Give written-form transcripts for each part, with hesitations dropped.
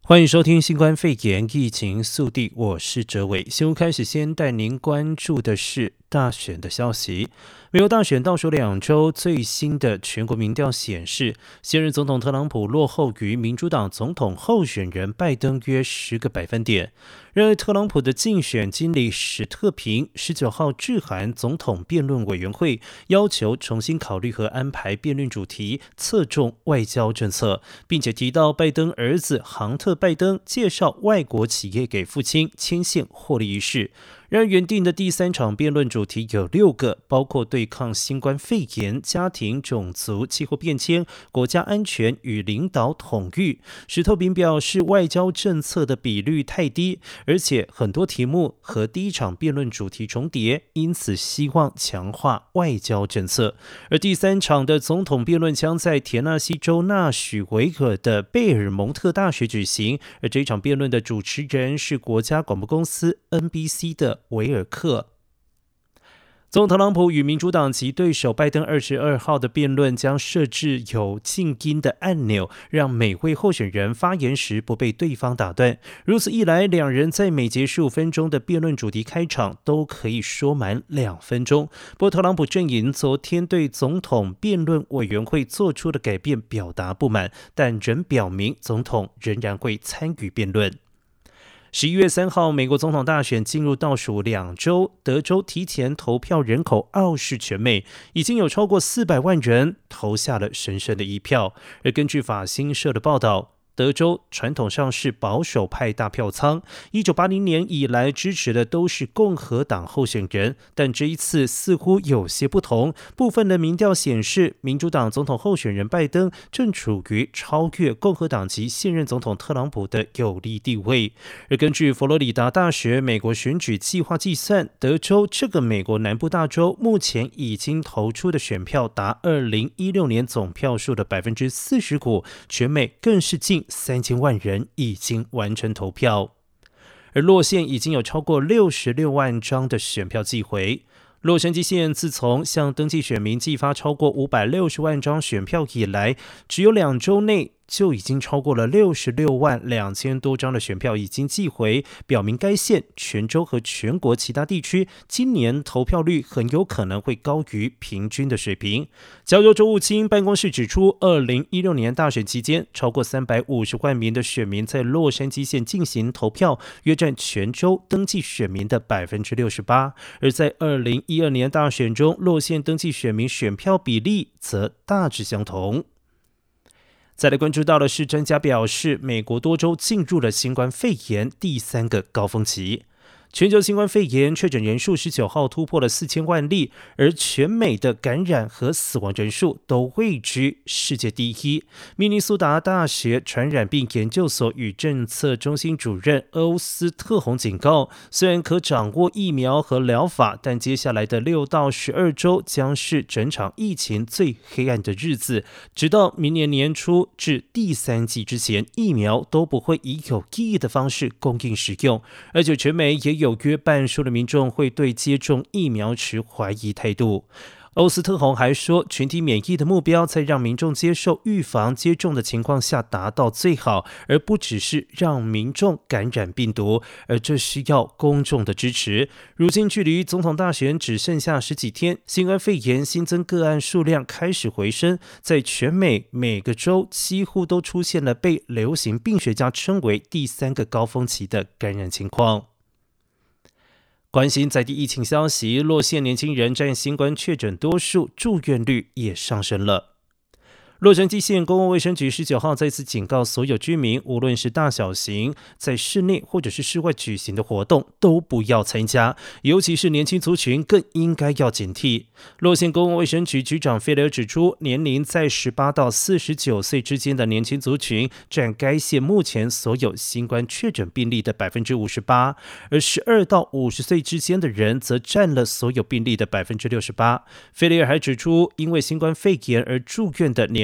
欢迎收听新冠肺炎疫情速递，我是哲伟。新闻开始，先带您关注的是大选的消息。美国大选倒数2周，最新的全国民调显示，现任总统特朗普落后于民主党总统候选人拜登约10个百分点。然而，特朗普的竞选经理史特平19号致函总统辩论委员会，要求重新考虑和安排辩论主题，侧重外交政策，并且提到拜登儿子杭特·拜登介绍外国企业给父亲牵线获利一事。然而，原定的第3场辩论主题有6个，包括对抗新冠肺炎、家庭、种族、气候变迁、国家安全与领导统御。史特平表示，外交政策的比率太低，而且很多题目和第1场辩论主题重叠，因此希望强化外交政策。而第3场的总统辩论将在田纳西州纳许维尔的贝尔蒙特大学举行，而这一场辩论的主持人是国家广播公司 NBC 的维尔克。总统特朗普与民主党籍对手拜登22号的辩论将设置有静音的按钮，让每位候选人发言时不被对方打断。如此一来，两人在每节15分钟的辩论主题开场都可以说满2分钟。不过，特朗普阵营昨天对总统辩论委员会做出的改变表达不满，但仍表明总统仍然会参与辩论。11月3号，美国总统大选进入倒数2周，德州提前投票人口傲视全美，已经有超过400万人投下了神圣的一票。而根据法新社的报道，德州传统上是保守派大票仓，1980年以来支持的都是共和党候选人，但这一次似乎有些不同。部分的民调显示，民主党总统候选人拜登正处于超越共和党籍现任总统特朗普的有利地位。而根据佛罗里达大学美国选举计划计算，德州这个美国南部大州目前已经投出的选票达2016年总票数的45%，全美更是近3000万人已经完成投票。而洛县已经有超过66万张的选票寄回。洛杉矶县自从向登记选民寄发超过560万张选票以来，只有2周内就已经超过了66万2000多张的选票已经寄回，表明该县、全州和全国其他地区今年投票率很有可能会高于平均的水平。加州州务卿办公室指出，2016年大选期间，超过350万名的选民在洛杉矶县进行投票，约占全州登记选民的68%。而在2012年大选中，洛县登记选民选票比例则大致相同。再来关注到的是，专家表示，美国多州进入了新冠肺炎第3个高峰期。全球新冠肺炎确诊人数19号突破了4000万例，而全美的感染和死亡人数都位居世界第一。明尼苏达大学传染病研究所与政策中心主任欧斯特洪警告，虽然可掌握疫苗和疗法，但接下来的6到12周将是整场疫情最黑暗的日子，直到明年年初至第3季之前，疫苗都不会以有意义的方式供应使用，而且全美也有约半数的民众会对接种疫苗持怀疑态度。欧斯特洪还说，群体免疫的目标在让民众接受预防接种的情况下达到最好，而不只是让民众感染病毒，而这需要公众的支持。如今距离总统大选只剩下10几天，新冠肺炎新增个案数量开始回升，在全美每个州几乎都出现了被流行病学家称为第3个高峰期的感染情况。关心在地疫情消息，洛县年轻人占新冠确诊多数，住院率也上升了。洛杉矶县公共卫生局19号再次警告所有居民，无论是大小型在室内或者是室外举行的活动都不要参加，尤其是年轻族群更应该要警惕。洛县公共卫生局局长费雷尔指出，年龄在18到49岁之间的年轻族群占该县目前所有新冠确诊病例的58%，而12到50岁之间的人则占了所有病例的68%。费雷尔还指出，因为新冠肺炎而住院的年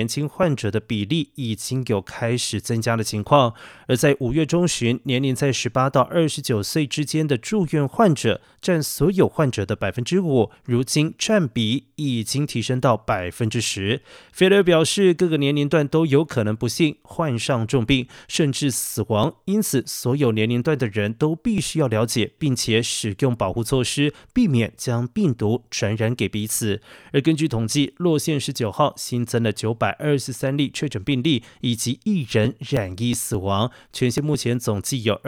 轻患者的比例已经有开始增加的情况。而在5月中旬，年龄在18到29岁之间的住院患者占所有患者的 5%， 如今占比已经提升到 10%。菲勒表示，各个年龄段都有可能不幸患上重病，甚至死亡，因此所有年龄段的人都必须要了解并且使用保护措施，避免将病毒传染给彼此。而根据统计，洛县19号新增了923例确诊病例，以及1人染疫死亡。全县目前总计有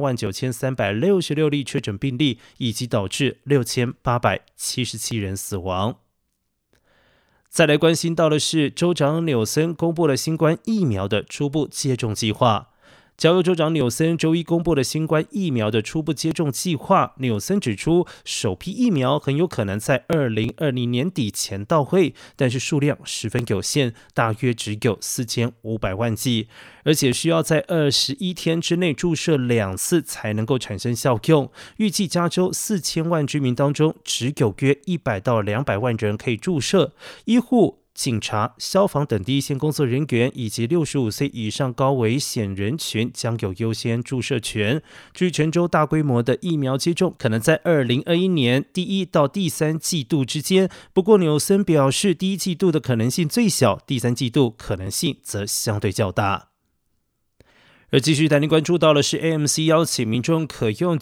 289366例确诊病例，以及导致6877人死亡。再来关心到的是，州长纽森公布了新冠疫苗的初步接种计划。加州州长纽森周一公布了新冠疫苗的初步接种计划。纽森指出，首批疫苗很有可能在2020年底前到位，但是数量十分有限，大约只有4500万剂，而且需要在21天之内注射2次才能够产生效用。预计加州4000万居民当中，只有约100到200万人可以注射。医护、警察、消防等第一线工作人员以及65岁以上高危险人群将有优先注射权。至于全州大规模的疫苗接种，可能在2021年第1到第3季度之间。不过纽森表示，第1季度的可能性最小，第3季度可能性则相对较大。而继续带您关注到的是 AMC 邀请民众可用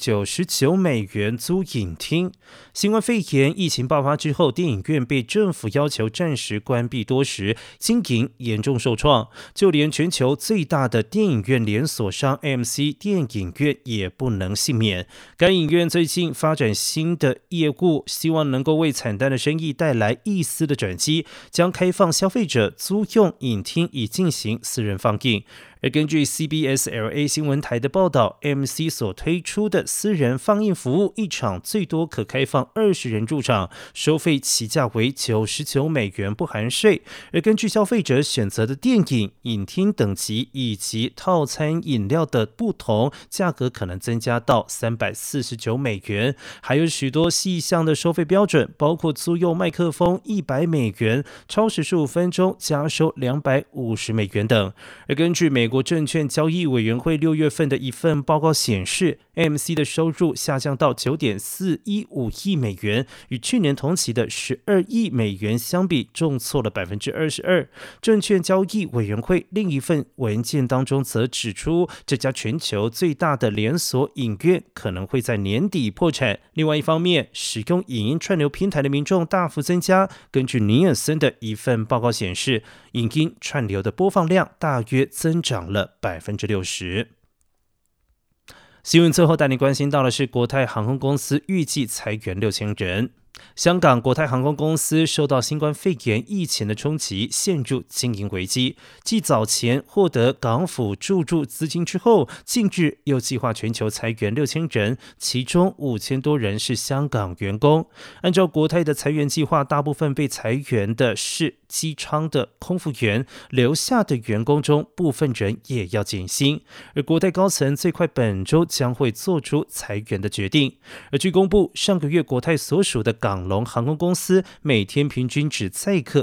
$99租影厅。新冠肺炎疫情爆发之后，电影院被政府要求暂时关闭多时，经营严重受创。就连全球最大的电影院连锁商 AMC 电影院也不能幸免。该影院最近发展新的业务，希望能够为惨淡的生意带来一丝的转机，将开放消费者租用影厅以进行私人放映。而根据 CBS LA 新闻台的报道， AMC 所推出的私人放映服务，一场最多可开放20人入场，收费起价为$99不含税。而根据消费者选择的电影、影厅等级以及套餐饮料的不同，价格可能增加到$349。还有许多细项的收费标准，包括租用麦克风$100，超时15分钟加收$250等。而根据美国证券交易委员会6月份的一份报告显示， AMC 的收入下降到$9.415亿，与去年同期的$12亿相比，重挫了 22%。 证券交易委员会另一份文件当中则指出，这家全球最大的连锁影院可能会在年底破产。另外一方面，使用影音串流平台的民众大幅增加。根据尼尔森的一份报告显示，影音串流的播放量大约增长了 60%。新闻最后带你关心到的是，国泰航空公司预计裁员6000人。香港国泰航空公司受到新冠肺炎疫情的冲击，陷入经营危机。继早前获得港府注入资金之后，近日又计划全球裁员6000人，其中5000多人是香港员工。按照国泰的裁员计划，大部分被裁员的是机舱的空服员，留下的员工中，部分人也要减薪。而国泰高层最快本周将会做出裁员的决定。而据公布，上个月国泰所属的港龙航空公司每天平均只载客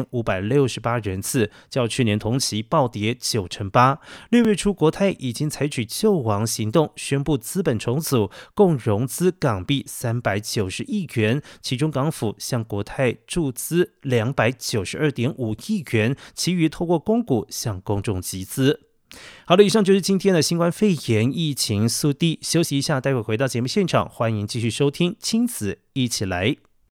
1568人次，较去年同期暴跌8%。6月初，国泰已经采取救亡行动，宣布资本重组，共融资港币390亿元，其中港府向国泰注资292.5亿元，其余透过公股向公众集资。好的，以上就是今天的新冠肺炎疫情速递。休息一下，待会回到节目现场，欢迎继续收听亲子一起来。